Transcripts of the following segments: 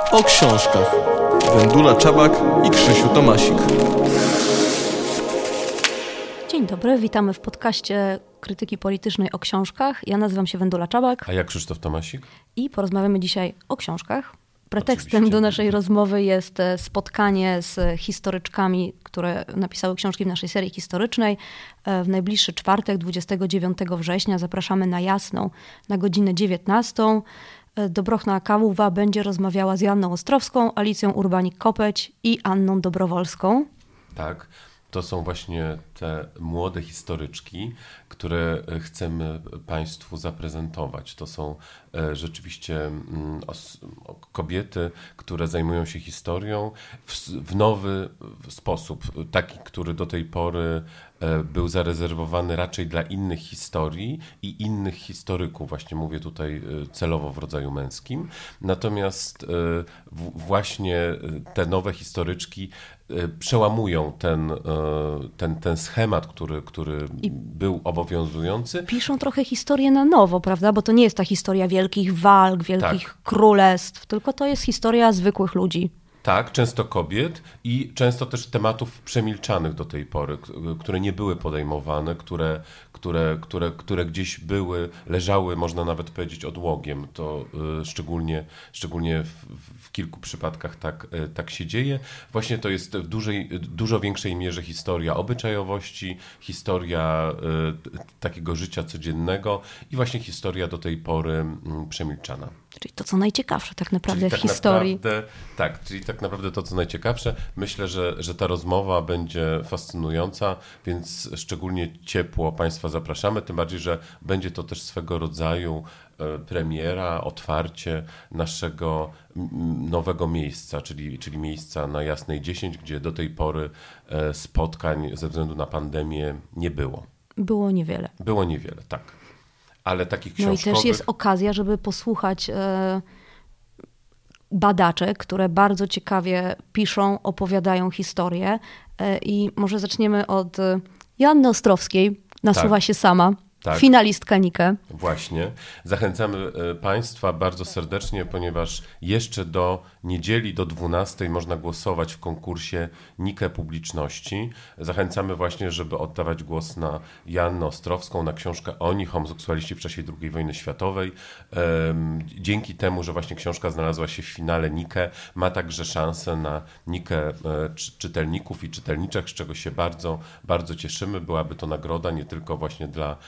O książkach. Wendula Czabak i Krzysiu Tomasik. Dzień dobry, witamy w podcaście Krytyki Politycznej o książkach. Ja nazywam się Wendula Czabak. A ja Krzysztof Tomasik. I porozmawiamy dzisiaj o książkach. Pretekstem Oczywiście. do naszej rozmowy jest spotkanie z historyczkami, które napisały książki w naszej serii historycznej. W najbliższy czwartek, 29 września, zapraszamy na Jasną na godzinę 19. Dobrochna Kawuwa będzie rozmawiała z Joanną Ostrowską, Alicją Urbanik-Kopeć i Anną Dobrowolską. Tak, to są właśnie te młode historyczki, które chcemy Państwu zaprezentować. To są rzeczywiście kobiety, które zajmują się historią w nowy sposób, taki, który do tej pory był zarezerwowany raczej dla innych historii i innych historyków. Właśnie mówię tutaj celowo w rodzaju męskim. Natomiast właśnie te nowe historyczki przełamują ten schemat, który był obowiązujący. Piszą trochę historię na nowo, prawda? Bo to nie jest ta historia wielkich walk, wielkich królestw, tylko to jest historia zwykłych ludzi. Tak, często kobiet i często też tematów przemilczanych do tej pory, które nie były podejmowane, które gdzieś leżały, można nawet powiedzieć, odłogiem. To szczególnie w kilku przypadkach tak się dzieje. Właśnie to jest w dużo większej mierze historia obyczajowości, historia takiego życia codziennego i właśnie historia do tej pory przemilczana. Czyli to, co najciekawsze tak naprawdę w historii. Czyli tak naprawdę to, co najciekawsze. Myślę, że ta rozmowa będzie fascynująca, więc szczególnie ciepło Państwa zapraszamy, tym bardziej, że będzie to też swego rodzaju premiera, otwarcie naszego nowego miejsca, czyli miejsca na Jasnej 10, gdzie do tej pory spotkań ze względu na pandemię nie było. Było niewiele. Było niewiele, tak. Ale takich książkowych... No i też jest okazja, żeby posłuchać badaczek, które bardzo ciekawie piszą, opowiadają historię. I może zaczniemy od Joanny Ostrowskiej, nasuwa się sama. Tak. Finalistka Nike. Właśnie. Zachęcamy Państwa bardzo serdecznie, ponieważ jeszcze do niedzieli do 12 można głosować w konkursie Nike Publiczności. Zachęcamy właśnie, żeby oddawać głos na Joannę Ostrowską, na książkę Oni, homoseksualiści w czasie II wojny światowej. Dzięki temu, że właśnie książka znalazła się w finale Nike, ma także szansę na Nike czytelników i czytelniczek, z czego się bardzo, bardzo cieszymy. Byłaby to nagroda nie tylko właśnie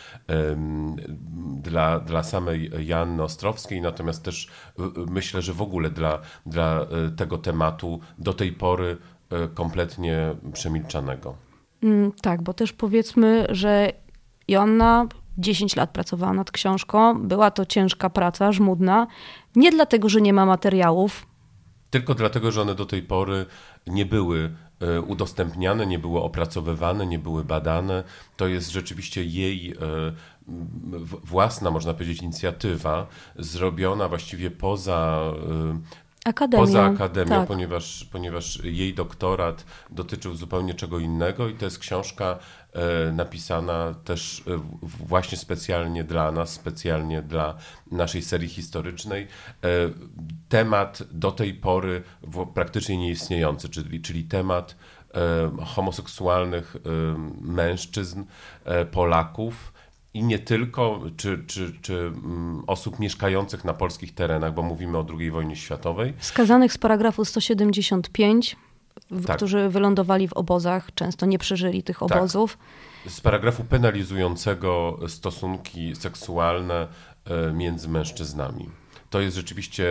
dla samej Joanny Ostrowskiej, natomiast też myślę, że w ogóle dla tego tematu do tej pory kompletnie przemilczanego. Tak, bo też powiedzmy, że Joanna 10 lat pracowała nad książką, była to ciężka praca, żmudna, nie dlatego, że nie ma materiałów. Tylko dlatego, że one do tej pory nie były udostępniane, nie były opracowywane, nie były badane. To jest rzeczywiście jej własna, można powiedzieć, inicjatywa, zrobiona właściwie poza akademią, tak. ponieważ jej doktorat dotyczył zupełnie czego innego i to jest książka napisana też właśnie specjalnie dla nas, specjalnie dla naszej serii historycznej. Temat do tej pory praktycznie nieistniejący, czyli temat homoseksualnych mężczyzn, Polaków, i nie tylko, czy osób mieszkających na polskich terenach, bo mówimy o II wojnie światowej. Skazanych z paragrafu 175, którzy wylądowali w obozach, często nie przeżyli tych obozów. Z paragrafu penalizującego stosunki seksualne między mężczyznami. To jest rzeczywiście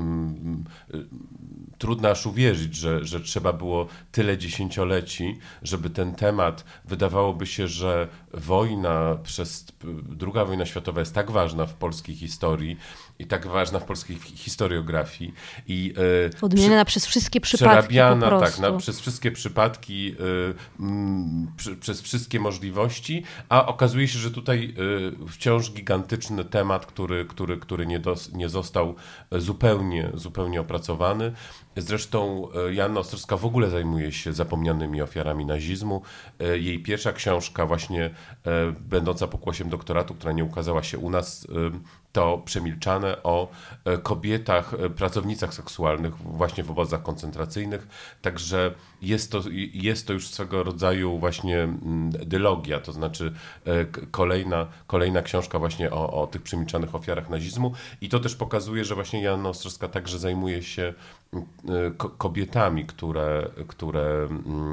trudno aż uwierzyć, że trzeba było tyle dziesięcioleci, żeby ten temat, wydawałoby się, że II wojna światowa jest tak ważna w polskiej historii i tak ważna w polskiej historiografii. I odmieniana przez wszystkie przypadki po prostu. Przez wszystkie przypadki, przez wszystkie możliwości, a okazuje się, że tutaj wciąż gigantyczny temat, który nie został zupełnie opracowany. Zresztą Joanna Ostrowska w ogóle zajmuje się zapomnianymi ofiarami nazizmu. Jej pierwsza książka, właśnie będąca pokłosiem doktoratu, która nie ukazała się u nas, to przemilczane o kobietach, pracownicach seksualnych właśnie w obozach koncentracyjnych. Także jest to już swego rodzaju właśnie dylogia, to znaczy kolejna książka właśnie o tych przemilczanych ofiarach nazizmu. I to też pokazuje, że właśnie Joanna Ostrowska także zajmuje się kobietami, które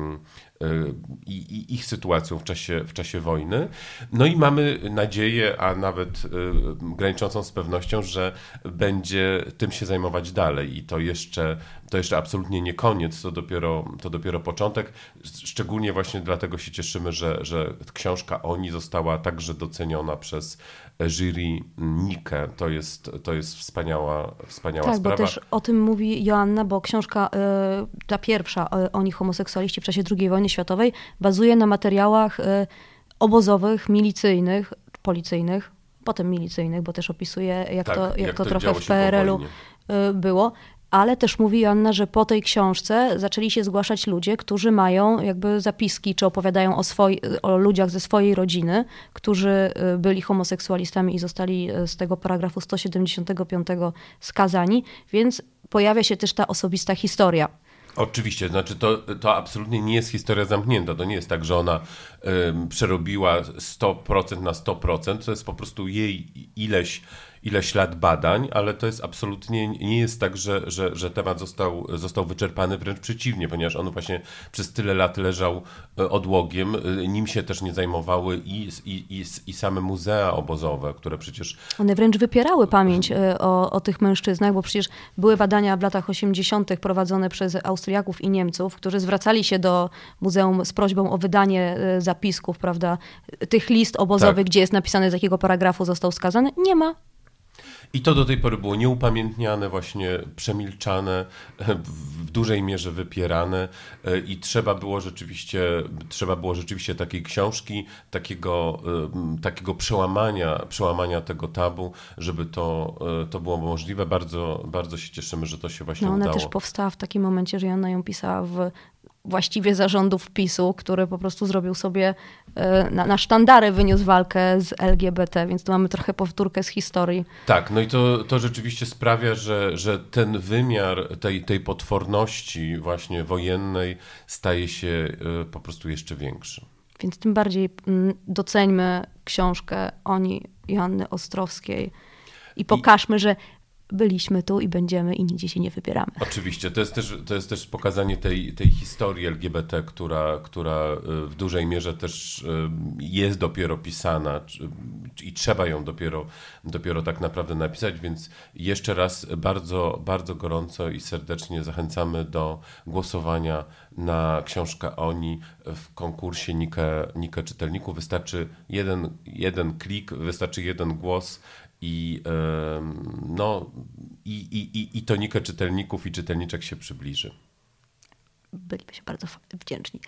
i ich sytuacją w czasie wojny. No i mamy nadzieję, a nawet graniczącą z pewnością, że będzie tym się zajmować dalej i to jeszcze absolutnie nie koniec, to dopiero początek. Szczególnie właśnie dlatego się cieszymy, że książka Oni została także doceniona przez jury Nike. To jest wspaniała sprawa. Tak, bo też o tym mówi Joanna, bo książka, ta pierwsza, Oni homoseksualiści w czasie II wojny światowej, bazuje na materiałach obozowych, milicyjnych, policyjnych, potem milicyjnych, bo też opisuje, jak to trochę w PRL-u było. Ale też mówi Joanna, że po tej książce zaczęli się zgłaszać ludzie, którzy mają jakby zapiski, czy opowiadają o ludziach ze swojej rodziny, którzy byli homoseksualistami i zostali z tego paragrafu 175 skazani, więc pojawia się też ta osobista historia. Oczywiście, znaczy to absolutnie nie jest historia zamknięta. To nie jest tak, że ona przerobiła 100% na 100%. To jest po prostu jej ileś lat badań, ale to jest absolutnie, nie jest tak, że temat został wyczerpany, wręcz przeciwnie, ponieważ on właśnie przez tyle lat leżał odłogiem, nim się też nie zajmowały i same muzea obozowe, które przecież... One wręcz wypierały pamięć o tych mężczyznach, bo przecież były badania w latach 80. prowadzone przez Austriaków i Niemców, którzy zwracali się do muzeum z prośbą o wydanie zapisków, prawda, tych list obozowych, tak, gdzie jest napisane, z jakiego paragrafu został skazany. Nie ma. I to do tej pory było nieupamiętniane, właśnie przemilczane, w dużej mierze wypierane i trzeba było rzeczywiście takiej książki, takiego przełamania tego tabu, żeby to było możliwe. Bardzo, bardzo się cieszymy, że to się właśnie udało. Ona też powstała w takim momencie, że Joanna ją pisała właściwie zarządów PiS-u, który po prostu zrobił sobie na sztandary, wyniósł walkę z LGBT, więc tu mamy trochę powtórkę z historii. Tak, no i to rzeczywiście sprawia, że ten wymiar tej potworności właśnie wojennej staje się po prostu jeszcze większy. Więc tym bardziej doceńmy książkę Oni Joanny Ostrowskiej i pokażmy, że byliśmy tu i będziemy i nigdzie się nie wybieramy. Oczywiście, to jest też pokazanie tej historii LGBT, która w dużej mierze też jest dopiero pisana i trzeba ją dopiero tak naprawdę napisać, więc jeszcze raz bardzo, bardzo gorąco i serdecznie zachęcamy do głosowania na książkę Oni w konkursie Nike Czytelników. Wystarczy jeden klik, wystarczy jeden głos i to Nike czytelników i czytelniczek się przybliży. Bylibyśmy bardzo wdzięczni.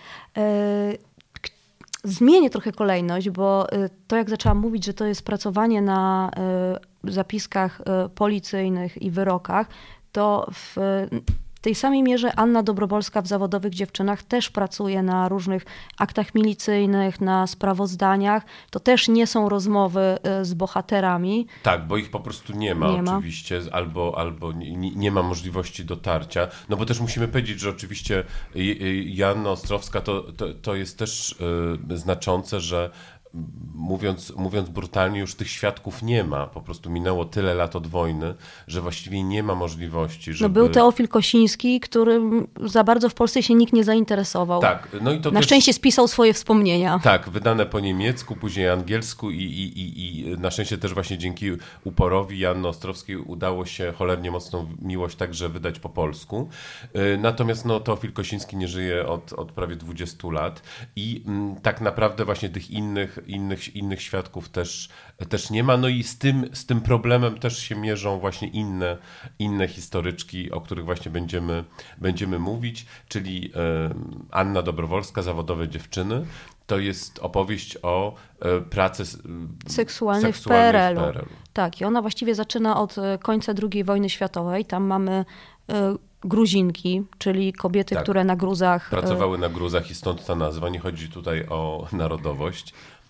Zmienię trochę kolejność, bo to jak zaczęłam mówić, że to jest pracowanie na zapiskach policyjnych i wyrokach, to w tej samej mierze Anna Dobrowolska w Zawodowych dziewczynach też pracuje na różnych aktach milicyjnych, na sprawozdaniach. To też nie są rozmowy z bohaterami. Tak, bo ich po prostu nie ma oczywiście, albo nie ma możliwości dotarcia. No bo też musimy powiedzieć, że oczywiście Joanna Ostrowska to jest też znaczące, że mówiąc brutalnie, już tych świadków nie ma. Po prostu minęło tyle lat od wojny, że właściwie nie ma możliwości, żeby... No był Teofil Kosiński, którym za bardzo w Polsce się nikt nie zainteresował. Tak. No i to na szczęście spisał swoje wspomnienia. Tak, wydane po niemiecku, później angielsku i na szczęście też właśnie dzięki uporowi Joanny Ostrowskiej udało się cholernie mocną miłość także wydać po polsku. Natomiast Teofil Kosiński nie żyje od prawie 20 lat i tak naprawdę właśnie tych innych świadków też nie ma. No i z tym problemem też się mierzą właśnie inne historyczki, o których właśnie będziemy mówić, czyli Anna Dobrowolska, Zawodowe dziewczyny. To jest opowieść o pracy seksualnej w PRL-u. Tak, i ona właściwie zaczyna od końca II wojny światowej. Tam mamy Gruzinki, czyli kobiety, które na gruzach... Pracowały na gruzach i stąd ta nazwa. Nie chodzi tutaj o narodowość.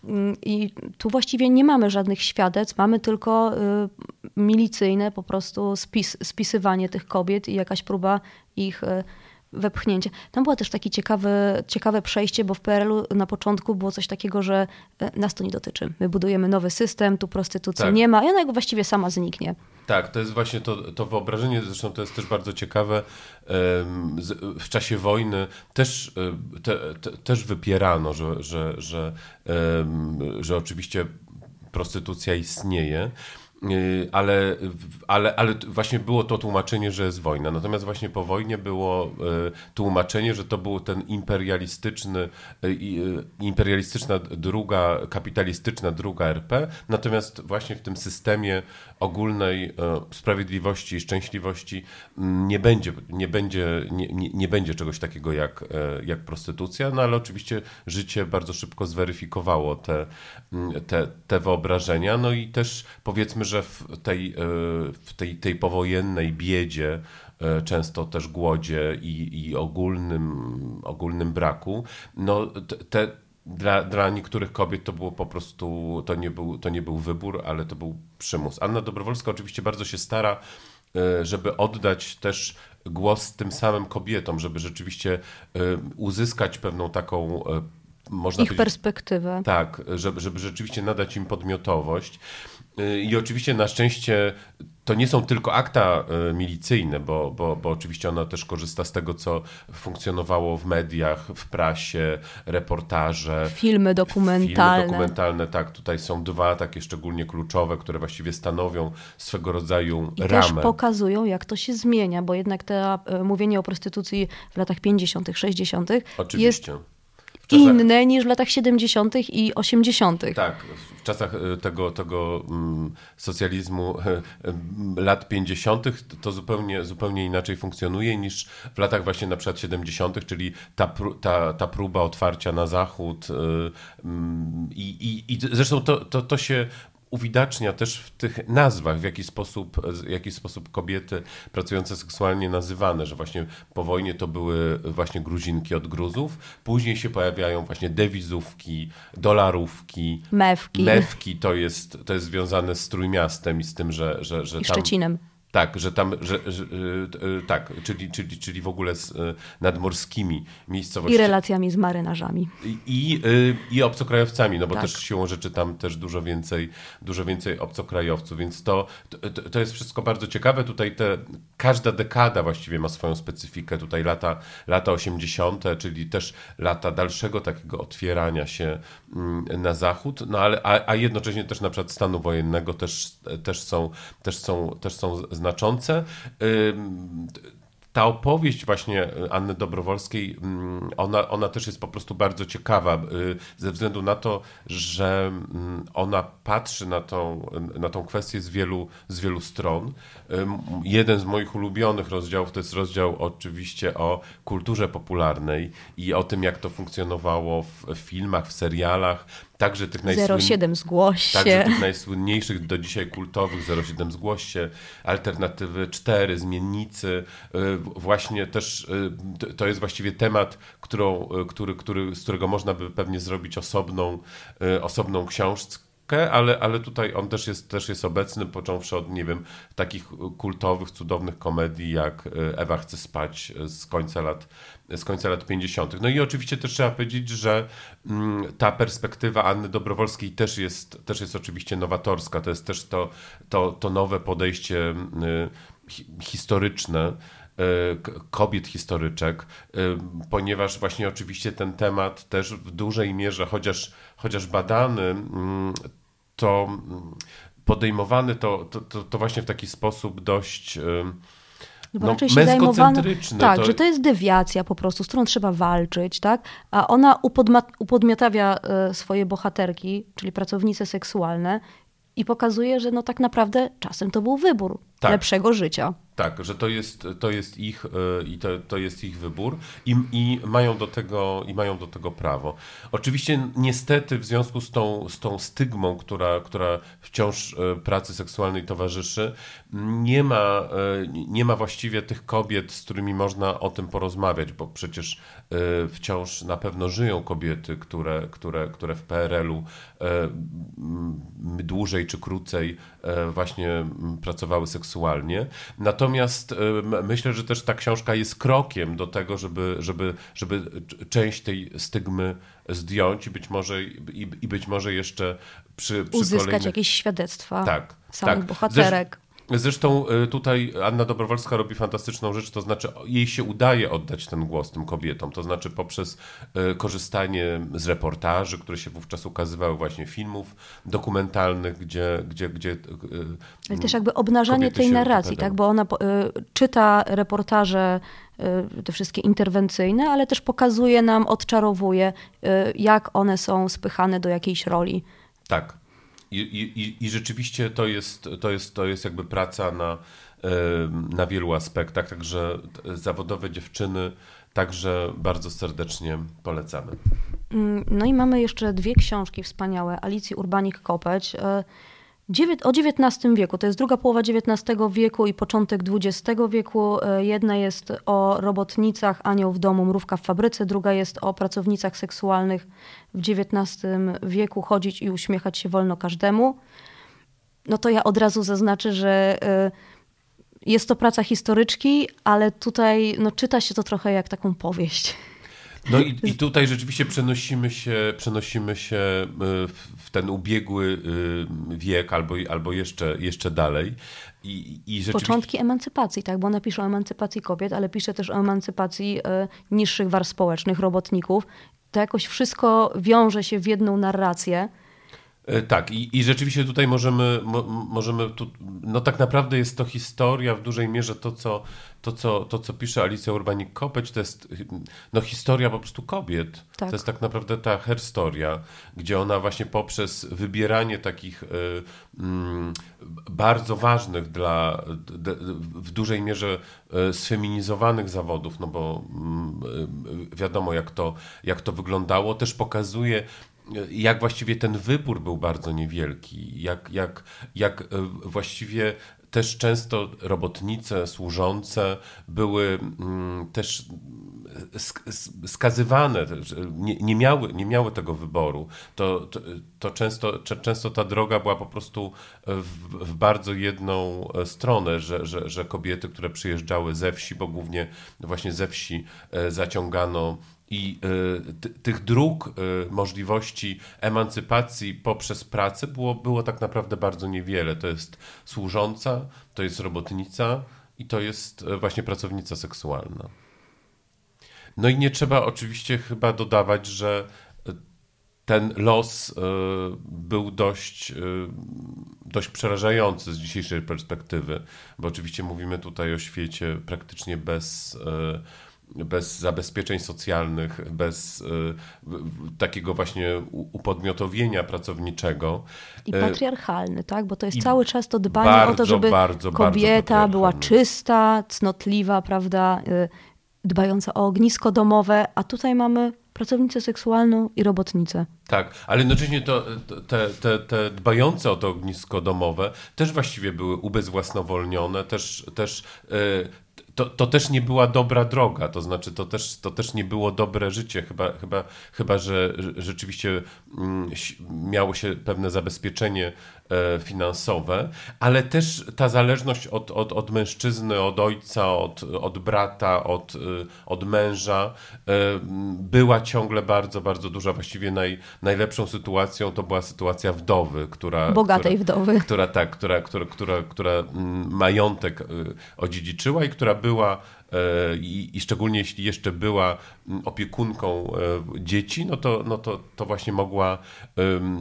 I tu właściwie nie mamy żadnych świadectw, mamy tylko milicyjne po prostu spisywanie tych kobiet i jakaś próba ich wepchnięcia. Tam było też takie ciekawe przejście, bo w PRL-u na początku było coś takiego, że nas to nie dotyczy. My budujemy nowy system, tu prostytucji nie ma i ona jakby właściwie sama zniknie. Tak, to jest właśnie to wyobrażenie, zresztą to jest też bardzo ciekawe. W czasie wojny też wypierano, że oczywiście prostytucja istnieje. Ale właśnie było to tłumaczenie, że jest wojna. Natomiast właśnie po wojnie było tłumaczenie, że to był ten imperialistyczna druga, kapitalistyczna druga RP. Natomiast właśnie w tym systemie ogólnej sprawiedliwości i szczęśliwości nie będzie czegoś takiego jak prostytucja, no ale oczywiście życie bardzo szybko zweryfikowało te wyobrażenia. No i też powiedzmy, że w tej powojennej biedzie, często też głodzie i ogólnym braku, no dla niektórych kobiet to było po prostu, to nie był wybór, ale to był przymus. Anna Dobrowolska oczywiście bardzo się stara, żeby oddać też głos tym samym kobietom, żeby rzeczywiście uzyskać pewną taką, można powiedzieć, perspektywę. Tak, żeby rzeczywiście nadać im podmiotowość. I oczywiście na szczęście to nie są tylko akta milicyjne, bo oczywiście ona też korzysta z tego, co funkcjonowało w mediach, w prasie, reportaże. Filmy dokumentalne. Tak, tutaj są dwa takie szczególnie kluczowe, które właściwie stanowią swego rodzaju I ramę. też pokazują, jak to się zmienia, bo jednak to mówienie o prostytucji w latach 50., 60. jest inne niż w latach 70. i 80. Tak, w czasach tego socjalizmu lat 50. to zupełnie inaczej funkcjonuje niż w latach właśnie na przykład 70., czyli ta próba otwarcia na zachód i zresztą to się uwidacznia też w tych nazwach, w jaki sposób kobiety pracujące seksualnie nazywane, że właśnie po wojnie to były właśnie Gruzinki od Gruzów, później się pojawiają właśnie dewizówki, dolarówki, mewki to jest związane z Trójmiastem i z tym, że i tam... Szczecinem. Tak, tak, czyli w ogóle z nadmorskimi miejscowościami. I relacjami z marynarzami. I obcokrajowcami, no bo tak. też siłą rzeczy tam też dużo więcej obcokrajowców, więc to jest wszystko bardzo ciekawe. Tutaj każda dekada właściwie ma swoją specyfikę. Tutaj lata 80., czyli też lata dalszego takiego otwierania się na zachód, no a jednocześnie też na przykład stanu wojennego też są znaczące. Ta opowieść właśnie Anny Dobrowolskiej, ona też jest po prostu bardzo ciekawa ze względu na to, że ona patrzy na tą kwestię z wielu stron. Jeden z moich ulubionych rozdziałów to jest rozdział oczywiście o kulturze popularnej i o tym, jak to funkcjonowało w filmach, w serialach. Także tych 07 zgłoś się. Także tych najsłynniejszych do dzisiaj kultowych 07 zgłoś się, Alternatywy 4, Zmiennicy. Właśnie też to jest właściwie temat, z którego można by pewnie zrobić osobną książkę, ale tutaj on też jest obecny, począwszy od, nie wiem, takich kultowych, cudownych komedii jak Ewa chce spać z końca lat 50. No i oczywiście też trzeba powiedzieć, że ta perspektywa Anny Dobrowolskiej też jest oczywiście nowatorska. To jest też to nowe podejście historyczne kobiet historyczek, ponieważ właśnie oczywiście ten temat też w dużej mierze, chociaż badany, to podejmowany to właśnie w taki sposób dość męskocentryczny. Tak, że to jest dewiacja po prostu, z którą trzeba walczyć, tak? A ona upodmiotawia swoje bohaterki, czyli pracownice seksualne i pokazuje, że no tak naprawdę czasem to był wybór lepszego życia. Tak, że to jest ich i to jest ich wybór i mają do tego prawo. Oczywiście niestety w związku z tą stygmą, która wciąż pracy seksualnej towarzyszy, nie ma właściwie tych kobiet, z którymi można o tym porozmawiać, bo przecież wciąż na pewno żyją kobiety, które w PRL-u dłużej czy krócej właśnie pracowały seksualnie. Natomiast myślę, że też ta książka jest krokiem do tego, żeby część tej stygmy zdjąć i być może jeszcze przy uzyskać kolejnych... jakieś świadectwa samych tak. bohaterek. Zresztą tutaj Anna Dobrowolska robi fantastyczną rzecz, to znaczy jej się udaje oddać ten głos tym kobietom, to znaczy poprzez korzystanie z reportaży, które się wówczas ukazywały, właśnie filmów dokumentalnych, gdzie ale też jakby obnażanie tej narracji, tak? Bo ona czyta reportaże te wszystkie interwencyjne, ale też pokazuje nam, odczarowuje, jak one są spychane do jakiejś roli. Tak. I rzeczywiście to jest jakby praca na wielu aspektach, także zawodowe dziewczyny także bardzo serdecznie polecamy. No i mamy jeszcze 2 książki wspaniałe Alicji Urbanik-Kopeć o XIX wieku. To jest druga połowa XIX wieku i początek XX wieku. Jedna jest o robotnicach, anioł w domu, mrówka w fabryce. Druga jest o pracownicach seksualnych w XIX wieku. Chodzić i uśmiechać się wolno każdemu. No to ja od razu zaznaczę, że jest to praca historyczki, ale tutaj czyta się to trochę jak taką powieść. No i tutaj rzeczywiście przenosimy się w ten ubiegły wiek albo jeszcze dalej. I rzeczywiście... Początki emancypacji, tak, bo ona pisze o emancypacji kobiet, ale pisze też o emancypacji niższych warstw społecznych, robotników. To jakoś wszystko wiąże się w jedną narrację. Tak, i rzeczywiście tutaj możemy no tak naprawdę jest to historia w dużej mierze to, co pisze Alicja Urbanik-Kopeć, to jest historia po prostu kobiet. Tak. To jest tak naprawdę ta herstoria, gdzie ona właśnie poprzez wybieranie takich bardzo ważnych w dużej mierze sfeminizowanych zawodów, no bo wiadomo jak to wyglądało, też pokazuje, jak właściwie ten wybór był bardzo niewielki, jak właściwie też często robotnice, służące były też skazywane, nie miały tego wyboru. To często ta droga była po prostu w bardzo jedną stronę, że kobiety, które przyjeżdżały ze wsi, bo głównie właśnie ze wsi zaciągano i tych dróg, możliwości emancypacji poprzez pracę było tak naprawdę bardzo niewiele. To jest służąca, to jest robotnica i to jest właśnie pracownica seksualna. No i nie trzeba oczywiście chyba dodawać, że ten los był dość przerażający z dzisiejszej perspektywy, bo oczywiście mówimy tutaj o świecie praktycznie bez zabezpieczeń socjalnych, bez takiego właśnie upodmiotowienia pracowniczego. I patriarchalny, tak? Bo to jest cały czas to dbanie o to, żeby kobieta była czysta, cnotliwa, prawda? Dbająca o ognisko domowe, a tutaj mamy pracownicę seksualną i robotnicę. Tak, ale jednocześnie te dbające o to ognisko domowe też właściwie były ubezwłasnowolnione, to też nie była dobra droga, to znaczy to też nie było dobre życie, chyba że rzeczywiście miało się pewne zabezpieczenie finansowe, ale też ta zależność od mężczyzny, od ojca, od brata, od męża była ciągle bardzo, bardzo duża. Właściwie najlepszą sytuacją to była sytuacja wdowy, bogatej wdowy. Która majątek odziedziczyła i która była i szczególnie jeśli jeszcze była opiekunką dzieci, no to właśnie mogła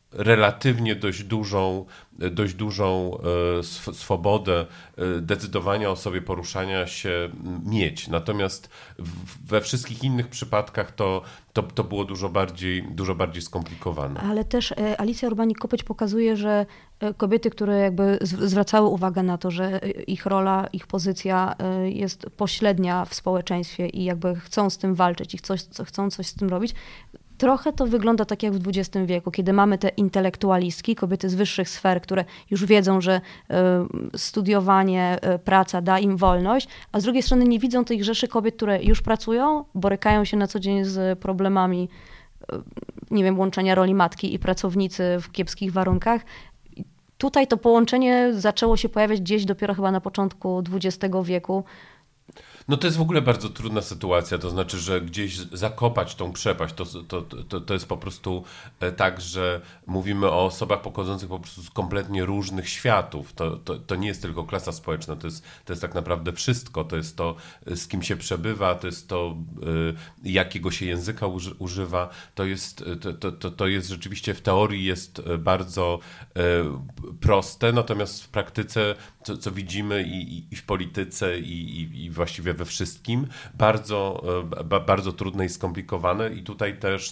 relatywnie dość dużą swobodę decydowania o sobie, poruszania się mieć. Natomiast we wszystkich innych przypadkach to było dużo bardziej skomplikowane. Ale też Alicja Urbanik-Kopeć pokazuje, że kobiety, które jakby zwracały uwagę na to, że ich rola, ich pozycja jest pośrednia w społeczeństwie i jakby chcą z tym walczyć i chcą coś z tym robić. Trochę to wygląda tak jak w XX wieku, kiedy mamy te intelektualistki, kobiety z wyższych sfer, które już wiedzą, że studiowanie, praca da im wolność, a z drugiej strony nie widzą tych rzeszy kobiet, które już pracują, borykają się na co dzień z problemami, nie wiem, łączenia roli matki i pracownicy w kiepskich warunkach. Tutaj to połączenie zaczęło się pojawiać gdzieś dopiero chyba na początku XX wieku. No to jest w ogóle bardzo trudna sytuacja, to znaczy, że gdzieś zakopać tą przepaść, to jest po prostu tak, że mówimy o osobach pochodzących po prostu z kompletnie różnych światów. To nie jest tylko klasa społeczna, to jest tak naprawdę wszystko. To jest to, z kim się przebywa, to jest to, jakiego się języka używa. To jest rzeczywiście w teorii jest bardzo proste, proste, w praktyce, co widzimy i w polityce, i właściwie we wszystkim, bardzo trudne i skomplikowane. I tutaj też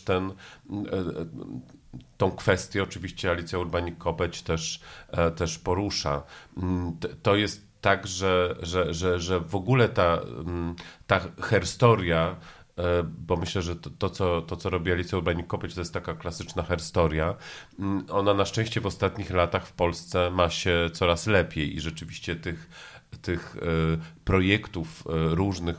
tą kwestię oczywiście Alicja Urbanik-Kopeć też porusza. To jest tak, że w ogóle ta herstoria, bo myślę, że to, co robi Alicja Urbanik-Kopeć, to jest taka klasyczna herstoria. Ona na szczęście w ostatnich latach w Polsce ma się coraz lepiej i rzeczywiście tych projektów różnych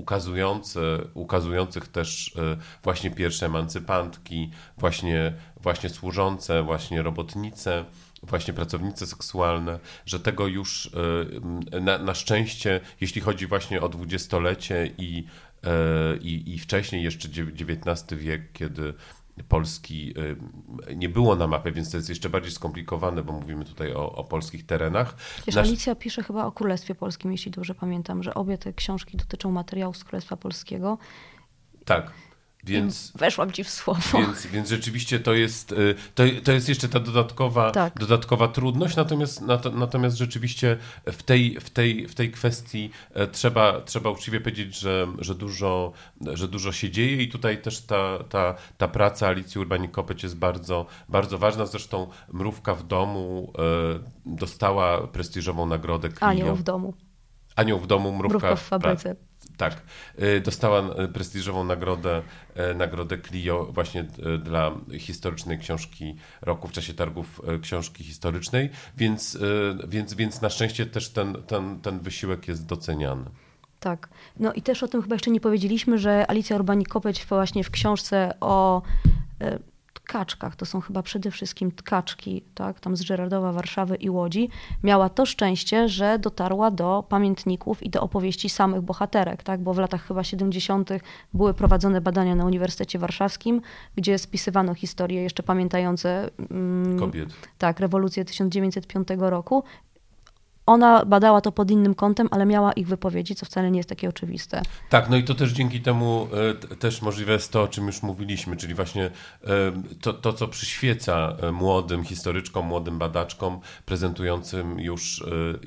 ukazujących też właśnie pierwsze emancypantki, właśnie służące, właśnie robotnice, właśnie pracownice seksualne, że tego już na szczęście, jeśli chodzi właśnie o dwudziestolecie i wcześniej jeszcze XIX wiek, kiedy Polski nie było na mapie, więc to jest jeszcze bardziej skomplikowane, bo mówimy tutaj o polskich terenach. Alicja pisze chyba o Królestwie Polskim, jeśli dobrze pamiętam, że obie te książki dotyczą materiałów z Królestwa Polskiego. Tak. Więc weszłam ci w słowo. Więc rzeczywiście to jest jeszcze ta dodatkowa trudność, natomiast rzeczywiście w tej kwestii trzeba uczciwie powiedzieć, że dużo się dzieje i tutaj też ta praca Alicji Urbanik-Kopeć jest bardzo, bardzo ważna. Zresztą Mrówka w domu dostała prestiżową nagrodę Clio. Anioł w domu, Mrówka w fabryce. Tak, dostała prestiżową nagrodę Clio właśnie dla historycznej książki roku w czasie targów książki historycznej, więc na szczęście też ten wysiłek jest doceniany. Tak, no i też o tym chyba jeszcze nie powiedzieliśmy, że Alicja Urbanik-Kopeć właśnie w książce o tkaczkach, to są chyba przede wszystkim tkaczki, tak, tam z Żyrardowa, Warszawy i Łodzi, miała to szczęście, że dotarła do pamiętników i do opowieści samych bohaterek, tak, bo w latach chyba 70. były prowadzone badania na Uniwersytecie Warszawskim, gdzie spisywano historie jeszcze pamiętające kobiet. Tak, rewolucję 1905 roku. Ona badała to pod innym kątem, ale miała ich wypowiedzi, co wcale nie jest takie oczywiste. Tak, no i to też dzięki temu też możliwe jest to, o czym już mówiliśmy, czyli właśnie to co przyświeca młodym historyczkom, młodym badaczkom prezentującym już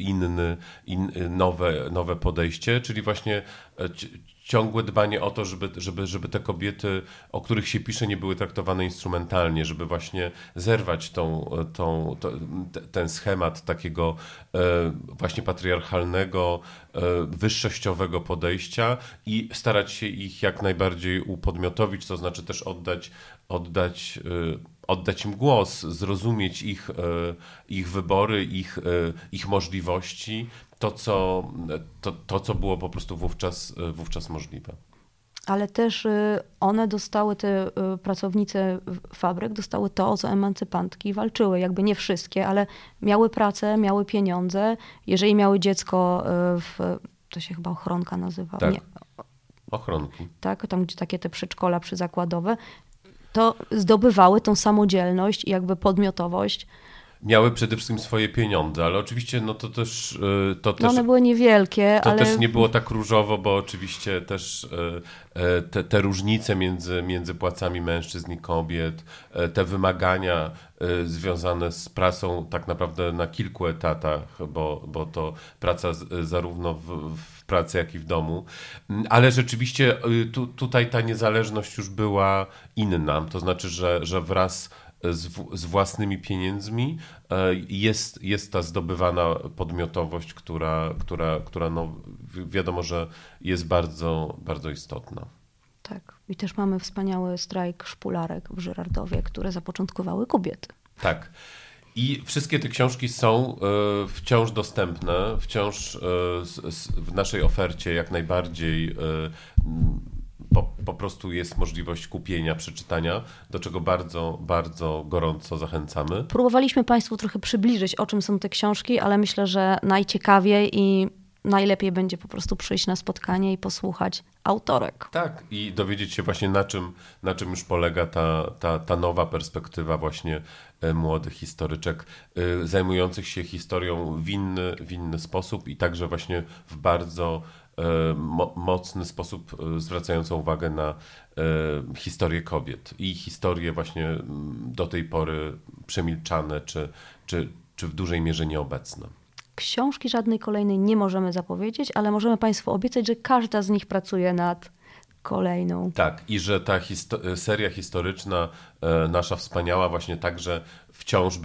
nowe podejście, czyli właśnie ciągłe dbanie o to, żeby te kobiety, o których się pisze, nie były traktowane instrumentalnie, żeby właśnie zerwać ten schemat takiego właśnie patriarchalnego, wyższościowego podejścia i starać się ich jak najbardziej upodmiotowić, to znaczy też oddać im głos, zrozumieć ich wybory, ich możliwości, to, co było po prostu wówczas możliwe. Ale też one dostały, te pracownice fabryk, dostały to, o co emancypantki walczyły. Jakby nie wszystkie, ale miały pracę, miały pieniądze. Jeżeli miały dziecko to się chyba ochronka nazywa. Tak, nie. Ochronki. Tak, tam gdzie takie te przedszkola przyzakładowe, to zdobywały tą samodzielność i jakby podmiotowość. Miały przede wszystkim swoje pieniądze, ale oczywiście to też... one były niewielkie, ale... To też nie było tak różowo, bo oczywiście też te różnice między płacami mężczyzn i kobiet, te wymagania związane z pracą tak naprawdę na kilku etatach, bo to praca zarówno w pracy, jak i w domu. Ale rzeczywiście tutaj ta niezależność już była inna. To znaczy, że wraz z własnymi pieniędzmi jest ta zdobywana podmiotowość, która no, wiadomo, że jest bardzo, bardzo istotna. Tak. I też mamy wspaniały strajk szpularek w Żyrardowie, które zapoczątkowały kobiety. Tak. I wszystkie te książki są wciąż dostępne, wciąż w naszej ofercie jak najbardziej po prostu jest możliwość kupienia, przeczytania, do czego bardzo, bardzo gorąco zachęcamy. Próbowaliśmy Państwu trochę przybliżyć, o czym są te książki, ale myślę, że najciekawiej i najlepiej będzie po prostu przyjść na spotkanie i posłuchać autorek. Tak, i dowiedzieć się właśnie na czym już polega ta nowa perspektywa właśnie młodych historyczek zajmujących się historią w inny sposób i także właśnie w bardzo mocny sposób zwracającą uwagę na historię kobiet i historie właśnie do tej pory przemilczane czy w dużej mierze nieobecne. Książki żadnej kolejnej nie możemy zapowiedzieć, ale możemy Państwu obiecać, że każda z nich pracuje nad kolejną. Tak, i że ta seria historyczna, nasza wspaniała, właśnie także wciąż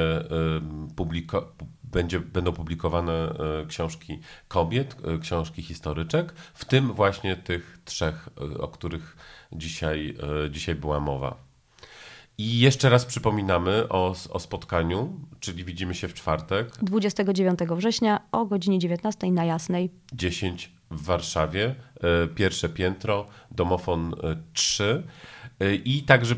będą publikowane książki kobiet, książki historyczek, w tym właśnie tych 3, o których dzisiaj była mowa. I jeszcze raz przypominamy o spotkaniu, czyli widzimy się w czwartek. 29 września o godzinie 19 na Jasnej. 10 w Warszawie, pierwsze piętro, domofon 3. I także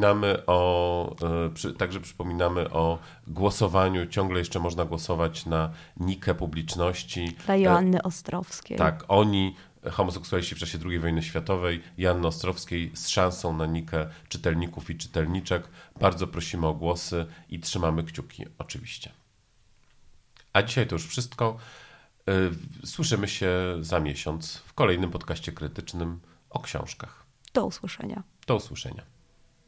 przypominamy o głosowaniu. Ciągle jeszcze można głosować na nikę publiczności. Dla Joanny Ostrowskiej. Tak, oni, homoseksualiści w czasie II wojny światowej, Joanny Ostrowskiej, z szansą na nikę czytelników i czytelniczek. Bardzo prosimy o głosy i trzymamy kciuki oczywiście. A dzisiaj to już wszystko. Słyszymy się za miesiąc w kolejnym podcaście krytycznym o książkach. Do usłyszenia. Do usłyszenia.